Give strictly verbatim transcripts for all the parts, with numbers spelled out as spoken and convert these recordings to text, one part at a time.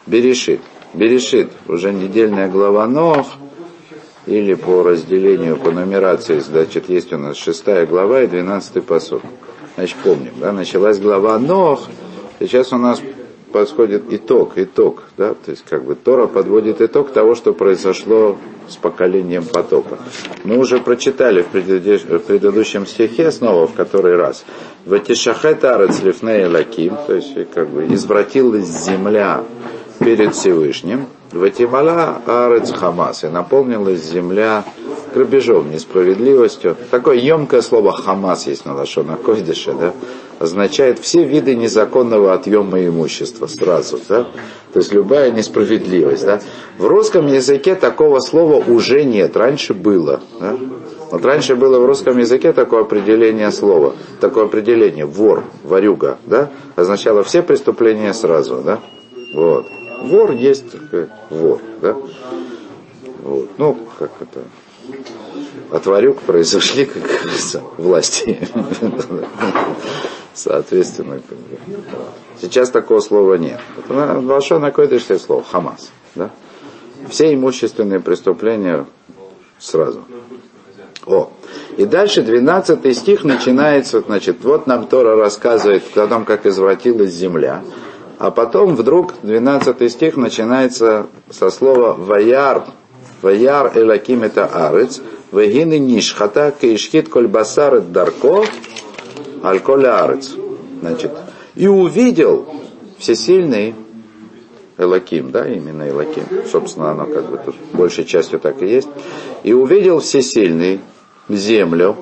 Берешит. Берешит, уже недельная глава Ноах, или по разделению, по нумерации, значит, есть у нас шестая глава и двенадцатый пасук. Значит, помним, да, началась глава Ноах, сейчас у нас подходит итог, итог, да, то есть как бы Тора подводит итог того, что произошло с поколением потопа. Мы уже прочитали в, предыдущ... в предыдущем стихе, снова в который раз, «Ватишахет арец лифней элоким», то есть как бы извратилась земля перед Всевышним, «Ватимала арец хамас», и наполнилась земля грабежом, несправедливостью. Такое емкое слово «хамас» есть на лашон койдеше, да, означает все виды незаконного отъема имущества сразу, да, то есть любая несправедливость, да. В русском языке такого слова уже нет, раньше было, да. Вот раньше было в русском языке такое определение слова, такое определение вор, ворюга, да, означало все преступления сразу, да, вот. Вор есть вор, да, вот. Ну, как это... От ворюг произошли, как говорится, власти. Соответственно, сейчас такого слова нет. Лашон койдеш есть слово хамас. Да? Все имущественные преступления сразу. О. И дальше двенадцатый стих начинается, значит, вот нам Тора рассказывает о том, как извратилась земля. А потом вдруг двенадцатый стих начинается со слова «ваяр». «Ваяр элаким это арец». Вегины нишхата каишхит коль басар дарко аль коль арец. Значит, и увидел всесильный Элоким, да, именно Элоким. Собственно, оно как бы тут большей частью так и есть. И увидел всесильный землю.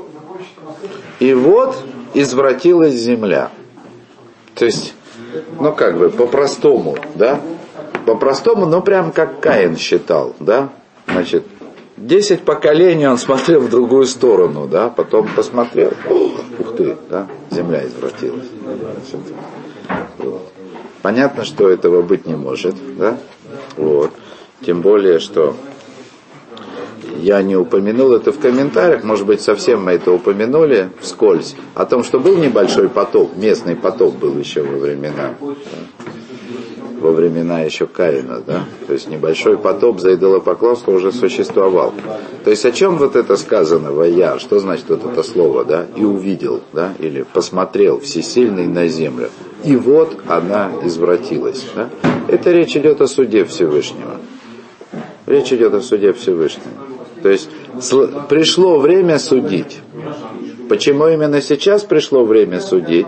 И вот извратилась земля. То есть, ну как бы по-простому, да? По-простому, ну прям как Каин считал, да? Значит, десять поколений он смотрел в другую сторону, да, потом посмотрел, ух ты, да, земля извратилась. Вот. Понятно, что этого быть не может, да, вот. Тем более, что я не упомянул это в комментариях, может быть, совсем мы это упомянули вскользь, о том, что был небольшой потоп, местный потоп был еще во времена, да, во времена еще Каина, да, то есть небольшой потоп за идолопоклонство уже существовал. То есть о чем вот это сказано, ваяр, что значит вот это слово, да, и увидел, да, или посмотрел всесильный на землю, и вот она извратилась, да. Это речь идет о суде Всевышнего. Речь идет о суде Всевышнего. То есть пришло время судить. Почему именно сейчас пришло время судить?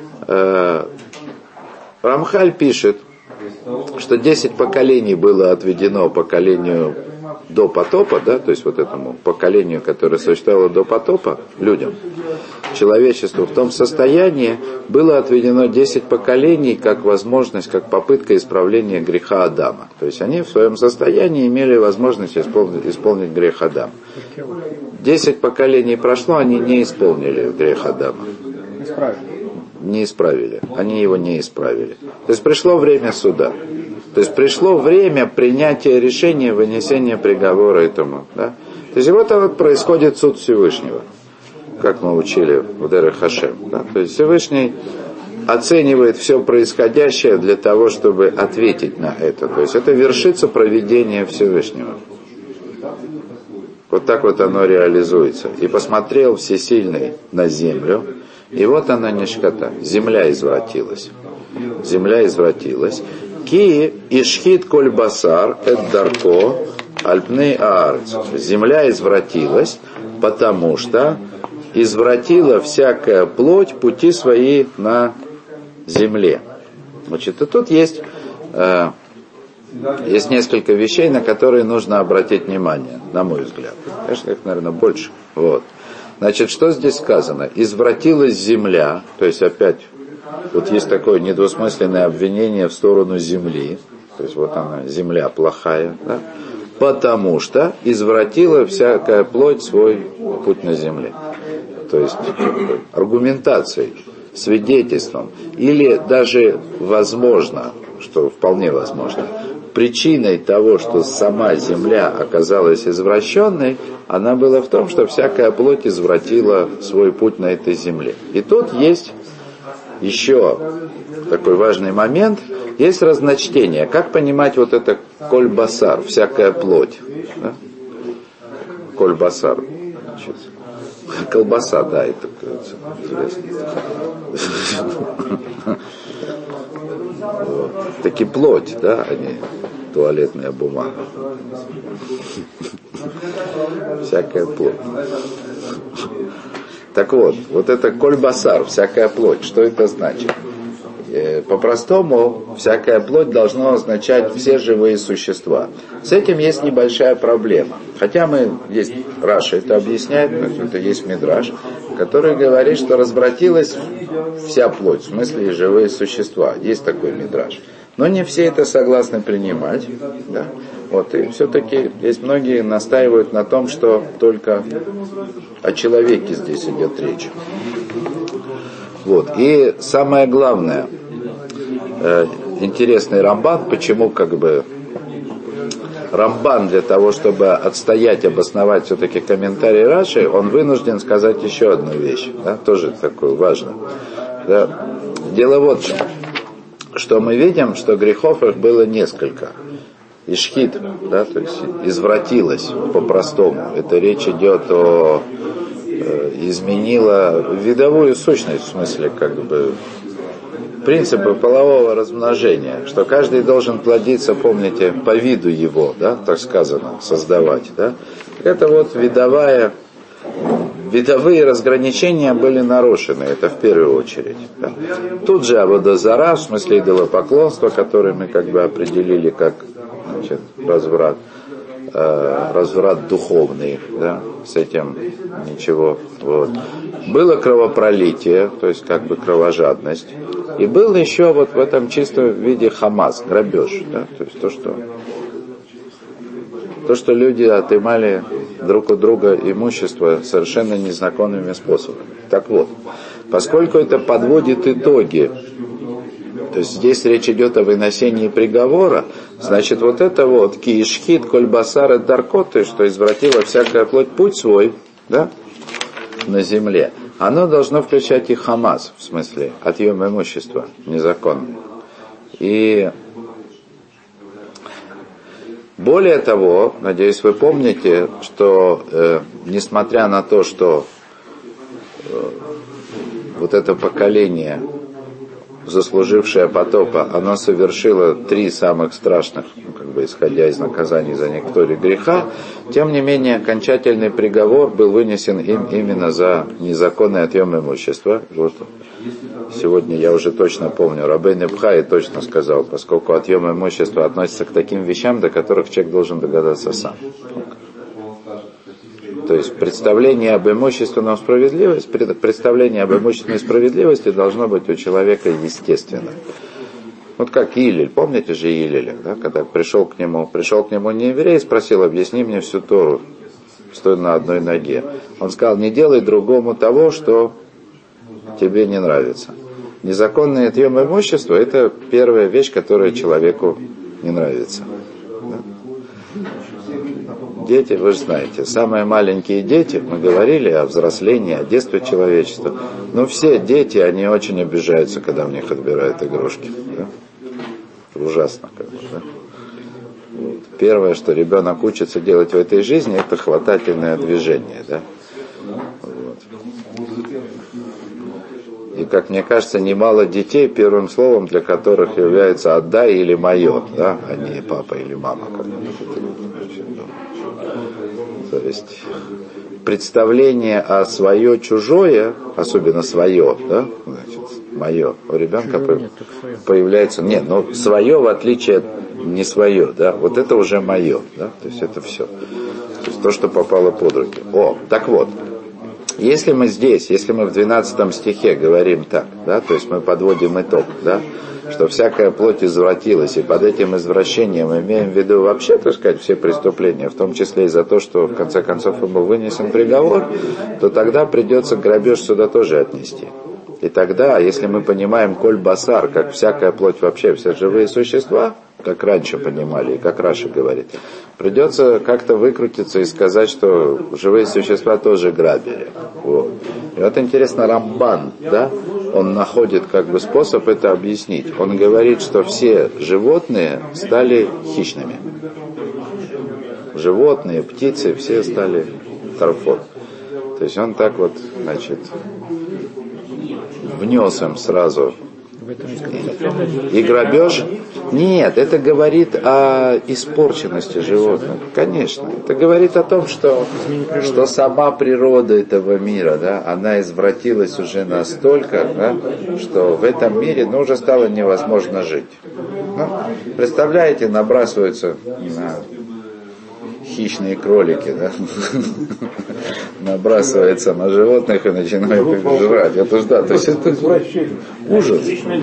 Рамхаль пишет, что десять поколений было отведено поколению до потопа, да, то есть вот этому поколению, которое существовало до потопа, людям, человечеству в том состоянии, было отведено десять поколений как возможность, как попытка исправления греха Адама. То есть они в своем состоянии имели возможность исполнить, исполнить грех Адама. Десять поколений прошло, они не исполнили грех Адама. Не исправили. Они его не исправили. То есть пришло время суда. То есть пришло время принятия решения, вынесения приговора этому. Да? То есть вот, вот происходит суд Всевышнего, как мы учили в Дерех Хашем. Да? То есть Всевышний оценивает все происходящее для того, чтобы ответить на это. То есть это вершится провидение Всевышнего. Вот так вот оно реализуется. И посмотрел Всесильный на землю, и вот она нишката, земля извратилась. Земля извратилась. Ки ишхит коль басар эд дарко альпней аарц. Земля извратилась, потому что извратила всякая плоть пути свои на земле. Значит, и тут есть, э, есть несколько вещей, на которые нужно обратить внимание, на мой взгляд. Конечно, их, наверное, больше. Вот. Значит, что здесь сказано? Извратилась земля, то есть опять, вот есть такое недвусмысленное обвинение в сторону земли, то есть вот она, земля плохая, да? Потому что извратила всякая плоть свой путь на земле. То есть аргументацией, свидетельством, или даже возможно, что вполне возможно, причиной того, что сама земля оказалась извращенной, она была в том, что всякая плоть извратила свой путь на этой земле. И тут есть еще такой важный момент. Есть разночтение. Как понимать вот это коль басар, всякая плоть? Да? Коль басар. Значит, колбаса, да, это интересно. Таки плоть, да, а не туалетная бумага. Всякая плоть. Так вот, вот это коль басар, всякая плоть, что это значит? По-простому, всякая плоть должно означать все живые существа. С этим есть небольшая проблема. Хотя мы, есть Раша это объясняет, это есть Мидраш, который говорит, что развратилась вся плоть, в смысле живые существа. Есть такой Мидраш. Но не все это согласны принимать. Да? Вот, и все-таки есть многие настаивают на том, что только о человеке здесь идет речь. Вот. И самое главное, э, интересный Рамбан, почему как бы Рамбан для того, чтобы отстоять, обосновать все-таки комментарий Раши, он вынужден сказать еще одну вещь, да, тоже такую важную. Да. Дело вот в чем, что мы видим, что грехов их было несколько. Ишхит, да, то есть извратилась по-простому. Это речь идет о изменила видовую сущность, в смысле, как бы, принципы полового размножения, что каждый должен плодиться, помните, по виду его, да, так сказано, создавать, да. Это вот видовая, видовые разграничения были нарушены, это в первую очередь. Да. Тут же аводозара, в смысле идолопоклонства, которое мы как бы определили как, значит, разврат. разврат духовный, да, с этим ничего. Вот. Было кровопролитие, то есть как бы кровожадность, и был еще вот в этом чистом виде хамас, грабеж, да, то есть то, что то, что люди отымали друг у друга имущество совершенно незаконными способами. Так вот, поскольку это подводит итоги, то есть здесь речь идет о выносении приговора, значит, вот это вот киишхит, кольбасар и даркот, то есть, что извратила всякая плоть путь свой, да, на земле, оно должно включать и хамас, в смысле, отъем имущества незаконное. И более того, надеюсь, вы помните, что э, несмотря на то, что э, вот это поколение, заслужившее потопа, оно совершило три самых страшных, ну, как бы исходя из наказаний за некоторые греха, тем не менее окончательный приговор был вынесен им именно за незаконный отъем имущества. Вот. Сегодня я уже точно помню, Рабейн Ибхай точно сказал, поскольку отъем имущества относится к таким вещам, до которых человек должен догадаться сам. То есть представление об имущественном справедливости, представление об имущественной справедливости должно быть у человека естественно. Вот как Илель, помните же Илеля, да, когда пришел к нему, пришел к нему не еврей и спросил: объясни мне всю Тору, стоя на одной ноге. Он сказал: не делай другому того, что тебе не нравится. Незаконный отъем имущества — это первая вещь, которая человеку не нравится. Дети, вы же знаете, самые маленькие дети, мы говорили о взрослении, о детстве человечества, но все дети, они очень обижаются, когда у них отбирают игрушки. Да? Ужасно, как бы, да? Вот. Первое, что ребенок учится делать в этой жизни, это хватательное движение, да? Вот. И, как мне кажется, немало детей, первым словом для которых является «отдай» или «моё», да? А не «папа» или «мама». То есть представление о свое чужое, особенно свое, да, значит, мое, у ребенка по- появляется, нет, ну свое в отличие от не свое, да, вот это уже мое, да, то есть это все, то есть то, что попало под руки. О, так вот, если мы здесь, если мы в двенадцатом стихе говорим так, да, то есть мы подводим итог, да, что всякая плоть извратилась, и под этим извращением имеем в виду вообще, так сказать, все преступления, в том числе и за то, что в конце концов ему вынесен приговор, то тогда придется грабеж сюда тоже отнести. И тогда, если мы понимаем коль басар, как всякая плоть вообще, все живые существа, как раньше понимали, и как Раши говорит, придется как-то выкрутиться и сказать, что живые существа тоже грабили. Вот. И вот интересно, Рамбан, да, он находит как бы способ это объяснить. Он говорит, что все животные стали хищными. Животные, птицы, все стали тарфот. То есть он так вот, значит, внес им сразу. И грабеж? Нет, это говорит о испорченности животных. Конечно. Это говорит о том, что, что сама природа этого мира, да, она извратилась уже настолько, да, что в этом мире, ну, уже стало невозможно жить. Ну, представляете, набрасываются на хищные кролики, да, набрасывается на животных и начинает их жрать. Это ж да, то есть это ужас.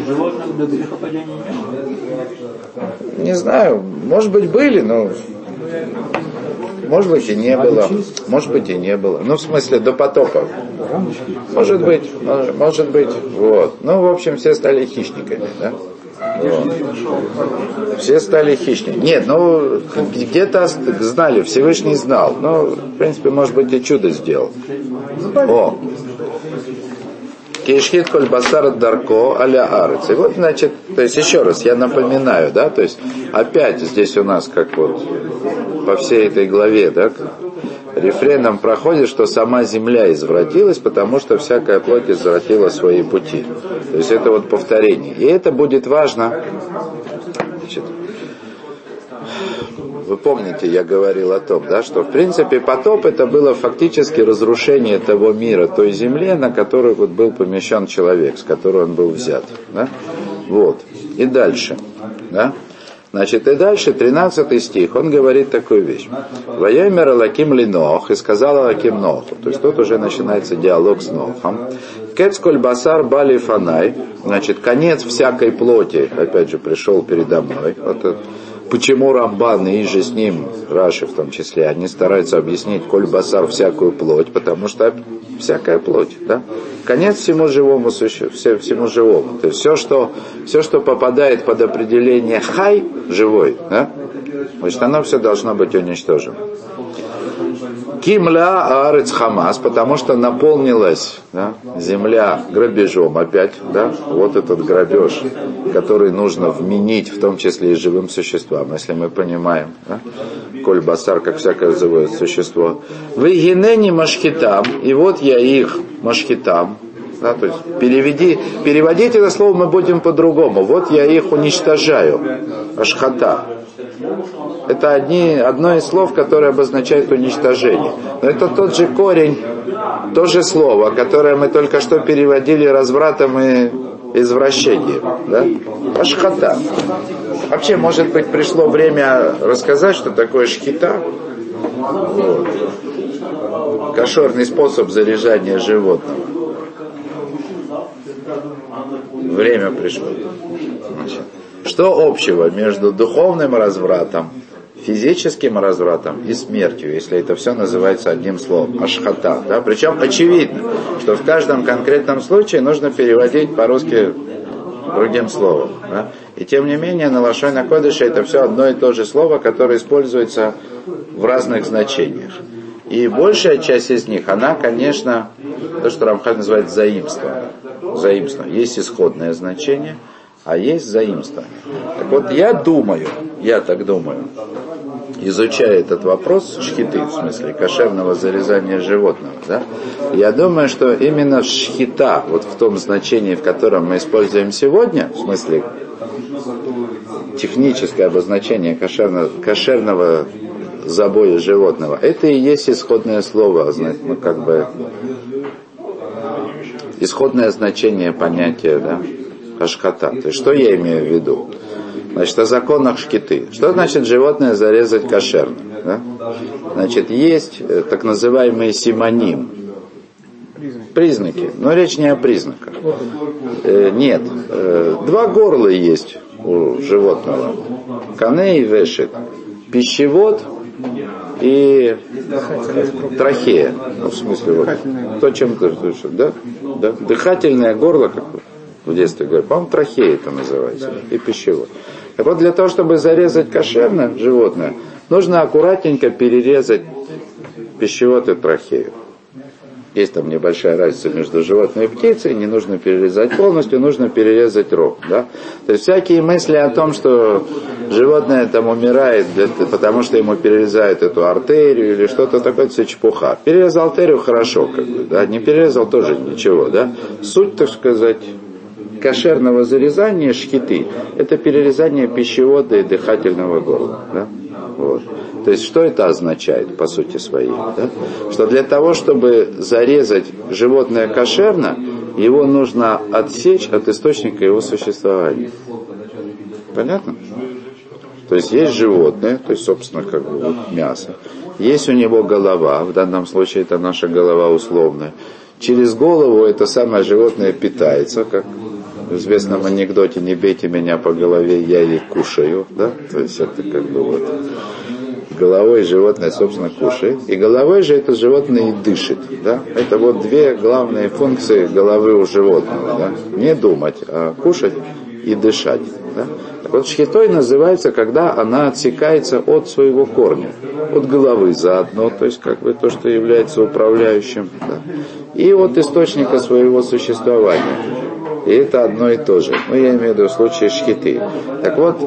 Не знаю, может быть были, но может быть и не было, может быть и не было. Ну, в смысле, до потопа. Может быть, может быть, вот. Ну, в общем, все стали хищниками, да. Вот. Все стали хищниками. Нет, ну, где-то знали, Всевышний знал. Ну, в принципе, может быть, и чудо сделал. О! Кейшхит коль басар дарко аля арец. И вот, значит, то есть, еще раз, я напоминаю, да, то есть, опять здесь у нас, как вот, по всей этой главе, да, рефреном проходит, что сама земля извратилась, потому что всякая плоть извратила свои пути. То есть это вот повторение. И это будет важно. Значит, вы помните, я говорил о том, да, что в принципе потоп это было фактически разрушение того мира, той земли, на которую вот был помещен человек, с которой он был взят. Да? Вот. И дальше. Да? Значит, и дальше, тринадцатый стих, он говорит такую вещь. «Ваемер Элоким ли Нох», и сказал Элоким Ноху. То есть тут уже начинается диалог с Нохом. «Кец коль басар бали фанай», значит, конец всякой плоти, опять же, пришел передо мной. Вот это, почему Рамбан и же с ним, Раши в том числе, они стараются объяснить коль басар всякую плоть, потому что всякая плоть, да? Конец всему живому существу, всему живому. То есть все, что, все, что попадает под определение хай, живой, да? Значит, оно все должно быть уничтожено. Кимля аарец хамас, потому что наполнилась, да, земля грабежом опять, да, вот этот грабеж, который нужно вменить, в том числе и живым существам, если мы понимаем, да, коль басар, как всякое живое существо. Вы генени машхитам, и вот я их машхитам, да, то есть переведи, переводить это слово мы будем по-другому. Вот я их уничтожаю, ашхата. Это одни, одно из слов, которое обозначает уничтожение. Но это тот же корень, то же слово, которое мы только что переводили развратом и извращением. Да? Ашхата. Вообще, может быть, пришло время рассказать, что такое шхита. Вот. Кошерный способ заряжания животного. Время пришло. Значит, что общего между духовным развратом, физическим развратом и смертью, если это все называется одним словом, ашхата, да? Причем очевидно, что в каждом конкретном случае нужно переводить по-русски другим словом, да? И тем не менее на лашон а-кодеше это все одно и то же слово, которое используется в разных значениях. И большая часть из них, она, конечно, то, что Рамхаль называет заимством. Заимством. Есть исходное значение, а есть заимствование. Так вот, я думаю, я так думаю, изучая этот вопрос шхиты, в смысле кошерного зарезания животного, да, я думаю, что именно шхита, вот в том значении, в котором мы используем сегодня, в смысле техническое обозначение кошерного, кошерного забоя животного, это и есть исходное слово, ну, как бы исходное значение понятия, да, ашхата. То есть, что я имею в виду? Значит, о законах шхиты. Что значит животное зарезать кошерно? Да? Значит, есть так называемые симоним. Признаки. Но речь не о признаках. Э, нет. Э, два горла есть у животного. Кане и вешет. Пищевод и трахея. Ну, в смысле, вот, то, чем ты, да? Да? Дыхательное горло, как в детстве говорят, по-моему, трахея это называется, и пищевод. Так вот, для того, чтобы зарезать кошерное животное, нужно аккуратненько перерезать пищевод и трахею. Есть там небольшая разница между животной и птицей, не нужно перерезать полностью, нужно перерезать рог. Да? То есть всякие мысли о том, что животное там умирает, для, потому что ему перерезают эту артерию или что-то такое, это все чепуха. Перерезал артерию хорошо, как бы, да? Не перерезал тоже ничего. Да? Суть, так сказать, кошерного зарезания шхиты – это перерезание пищевода и дыхательного горла. Да? Вот. То есть, что это означает, по сути своей? Да? Что для того, чтобы зарезать животное кошерно, его нужно отсечь от источника его существования. Понятно? То есть, есть животное, то есть, собственно, как бы вот мясо. Есть у него голова, в данном случае это наша голова условная. Через голову это самое животное питается, как в известном анекдоте «Не бейте меня по голове, я ей кушаю». Да? То есть, это как бы вот... Головой животное, собственно, кушает. И головой же это животное и дышит. Да? Это вот две главные функции головы у животного. Да? Не думать, а кушать и дышать. Да? Так вот, шхитой называется, когда она отсекается от своего корня. От головы заодно, то есть как бы то, что является управляющим. Да? И от источника своего существования. И это одно и то же. Ну, я имею в виду в случае шхиты. Так вот,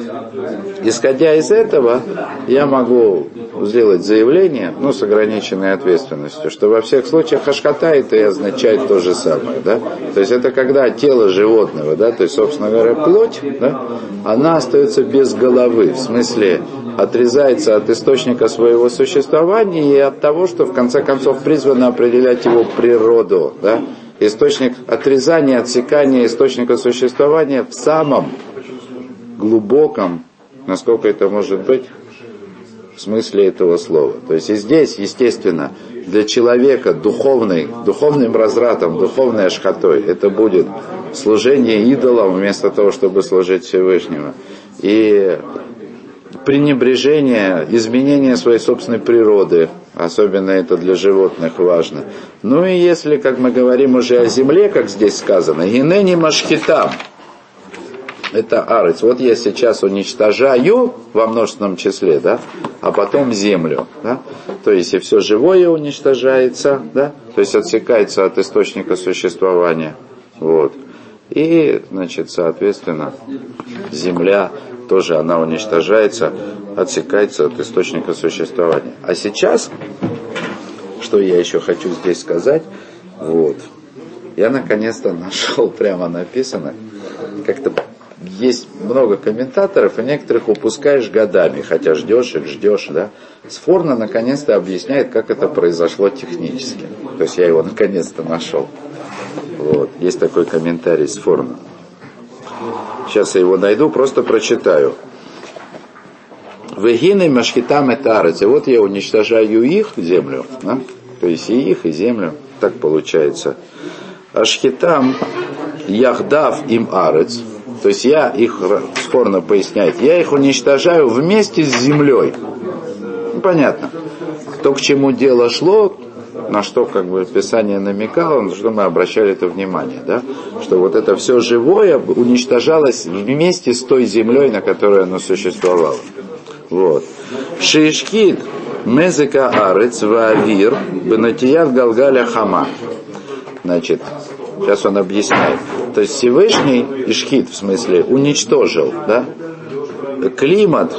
исходя из этого, я могу сделать заявление, ну, с ограниченной ответственностью, что во всех случаях хашката это и означает то же самое, да. То есть это когда тело животного, да, то есть, собственно говоря, плоть, да, она остается без головы, в смысле, отрезается от источника своего существования и от того, что в конце концов призвано определять его природу, да. Источник отрезания, отсекания источника существования в самом глубоком, насколько это может быть, в смысле этого слова. То есть и здесь, естественно, для человека духовный, духовным разратом, духовной ашхатой, это будет служение идолам вместо того, чтобы служить Всевышнему. И пренебрежение, изменение своей собственной природы, особенно это для животных важно. Ну и если, как мы говорим уже о земле, как здесь сказано, «Гинени машхитам», это арец. Вот я сейчас уничтожаю во множественном числе, да, а потом землю, да, то есть и все живое уничтожается, да, то есть отсекается от источника существования, вот. И, значит, соответственно, земля тоже она уничтожается, отсекается от источника существования. А сейчас, что я еще хочу здесь сказать, вот, я наконец-то нашел, прямо написано, как-то есть много комментаторов, и некоторых упускаешь годами, хотя ждешь их, ждешь, да. Сфорно наконец-то объясняет, как это произошло технически. То есть я его наконец-то нашел. Вот, есть такой комментарий Сфорно. Сейчас я его найду, просто прочитаю. Вегины машхитам этарец. И вот я уничтожаю их, землю, да? То есть и их, и землю. Так получается. Ашхитам яхдав им арец. То есть я их, Сфорно поясняет, я их уничтожаю вместе с землей. Ну, понятно. То, к чему дело шло, на что как бы Писание намекало, на что мы обращали это внимание, да? Что вот это все живое уничтожалось вместе с той землей, на которой оно существовало. Вот. Шишкит мезека арец ваавир бенатият галгаля хама. Значит, сейчас он объясняет. То есть Всевышний Ишхит, в смысле, уничтожил, да, климат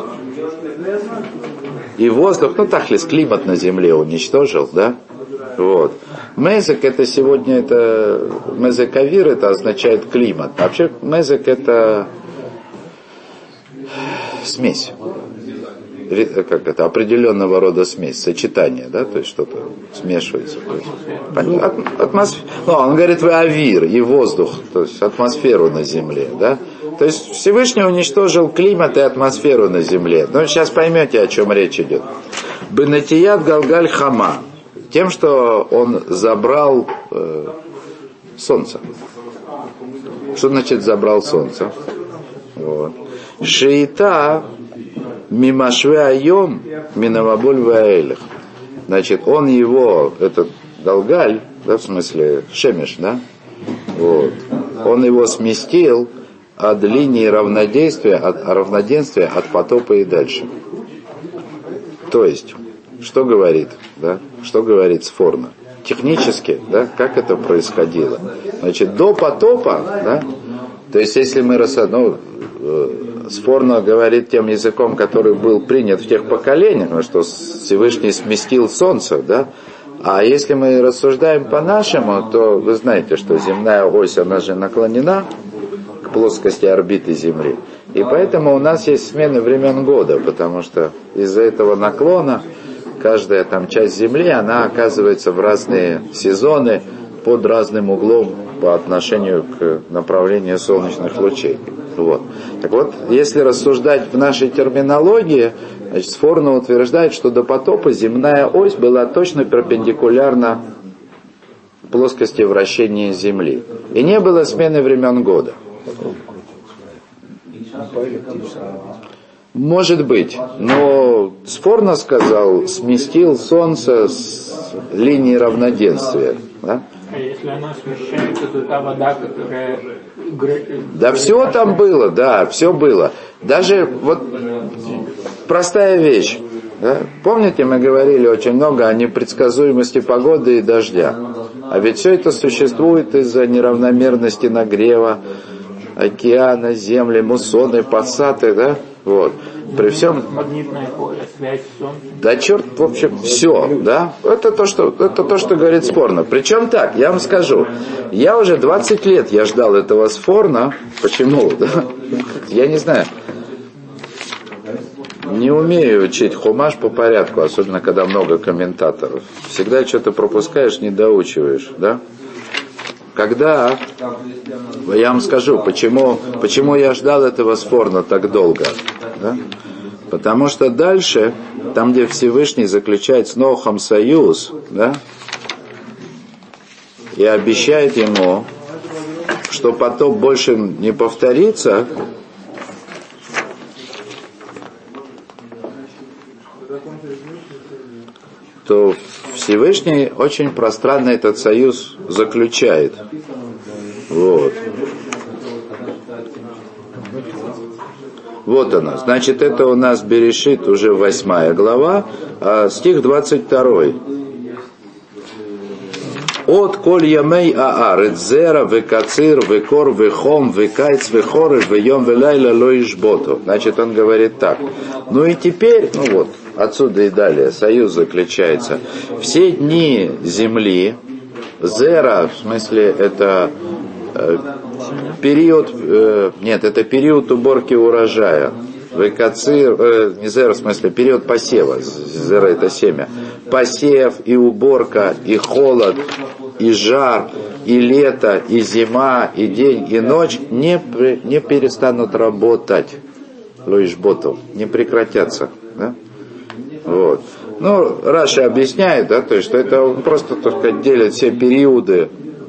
и воздух, ну тахлис, климат на земле уничтожил, да, вот. Мезек это сегодня, это, мезекавир это означает климат. Вообще мезек это смесь. Как это, определенного рода смесь, сочетание, да, то есть что-то смешивается. Атмосфера, ну, он говорит, вы авир, и воздух, то есть атмосферу на земле, да. То есть Всевышний уничтожил климат и атмосферу на земле. Ну, сейчас поймете, о чем речь идет. Бенатият галгаль хама, тем, что он забрал э, солнце. Что значит забрал солнце? Вот. Шиита мимашве айом минавабуль ваэлих. Значит, он его, этот Галгаль, да, в смысле Шемеш, да, вот, он его сместил от линии равнодействия, от равноденствия, от потопа и дальше. То есть, что говорит, да, что говорит Сфорно? технически, да, как это происходило. Значит, до потопа, да, то есть если мы рассуждаем, ну, Сфорно говорит тем языком, который был принят в тех поколениях, что Всевышний сместил солнце, да, а если мы рассуждаем по-нашему, то вы знаете, что земная ось, она же наклонена к плоскости орбиты Земли. И поэтому у нас есть смены времен года, потому что из-за этого наклона каждая там часть Земли, она оказывается в разные сезоны под разным углом по отношению к направлению солнечных лучей. Вот. Так вот, если рассуждать в нашей терминологии, значит, Сфорно утверждает, что до потопа земная ось была точно перпендикулярна плоскости вращения Земли. И не было смены времен года. Может быть, но Сфорно сказал, сместил Солнце с линии равноденствия. Да? А если она смещается, то та вода, которая... Да все там было, да, все было. Даже вот простая вещь. Да? Помните, мы говорили очень много о непредсказуемости погоды и дождя. А ведь все это существует из-за неравномерности нагрева океана, земли, муссоны, пассаты, да? Вот. При всем... Магнитное поле, связь с Солнцем. Да черт, в общем, все, да? Это то, что, это то, что говорит Сфорно. Причем так, я вам скажу, я уже двадцать лет я ждал этого Сфорно. Почему? Да? Я не знаю. Не умею учить хумаш по порядку, особенно когда много комментаторов. Всегда что-то пропускаешь, не доучиваешь, да? Когда, я вам скажу, почему, почему я ждал этого Сфорно так долго, да? Потому что дальше, там, где Всевышний заключает с Нохом союз, да, и обещает ему, что потоп больше не повторится, то Всевышний очень пространно этот союз заключает. Вот. Вот оно. Значит, это у нас Берешит, уже восьмая глава, а стих двадцать второй. От коль ямей аар, эдзера, векацир, векор, вехом, векайц, вехорыш, вейом, велайла, лоишботу. Значит, он говорит так. Ну и теперь, ну вот, отсюда и далее, союз заключается. Все дни земли, зера, в смысле, это э, период, э, нет, это период уборки урожая. Векацир, э, не зера, в смысле, период посева, зера это семя. Посев и уборка, и холод, и жар, и лето, и зима, и день, и ночь не, не перестанут работать. Лоишботов, не прекратятся. Да? Вот. Ну, Раши объясняет, да, то есть, что это он просто, так сказать, делит все периоды,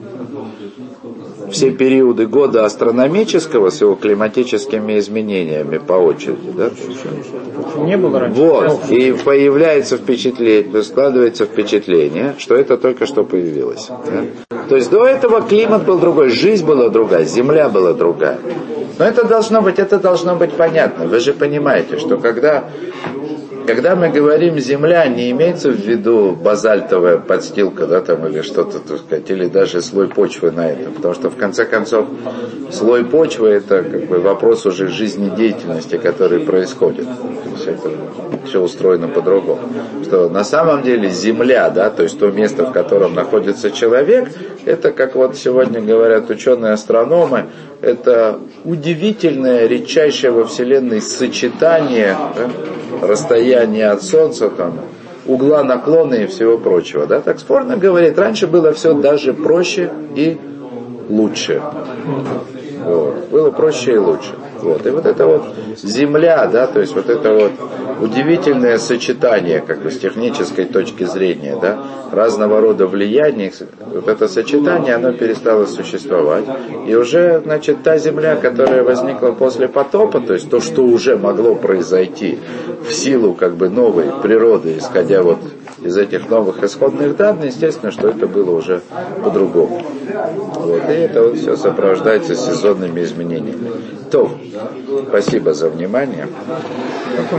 все периоды года астрономического с его климатическими изменениями по очереди, да? Не было раньше. Вот, и появляется впечатление, складывается впечатление, что это только что появилось. Да? То есть до этого климат был другой, жизнь была другая, земля была другая. Но это должно быть, это должно быть понятно. Вы же понимаете, что когда Когда мы говорим земля, не имеется в виду базальтовая подстилка, да, там, или что-то, так сказать, или даже слой почвы на этом, потому что в конце концов слой почвы это как бы вопрос уже жизнедеятельности, который происходит. То есть это все устроено по-другому. Что на самом деле земля, да, то есть то место, в котором находится человек, это, как вот сегодня говорят ученые-астрономы, это удивительное, редчайшее во Вселенной сочетание, да, расстояние от Солнца, там, угла наклона и всего прочего. Да? Так Сфорно говорит, раньше было все даже проще и лучше. Вот. Было проще и лучше. Вот. И вот это вот земля, да, то есть вот это вот удивительное сочетание, как бы с технической точки зрения, да, разного рода влияний, вот это сочетание, оно перестало существовать. И уже, значит, та земля, которая возникла после потопа, то есть то, что уже могло произойти в силу как бы новой природы, исходя вот из этих новых исходных данных, естественно, что это было уже по-другому. Вот. И это вот все сопровождается сезонными изменениями. То, спасибо за внимание.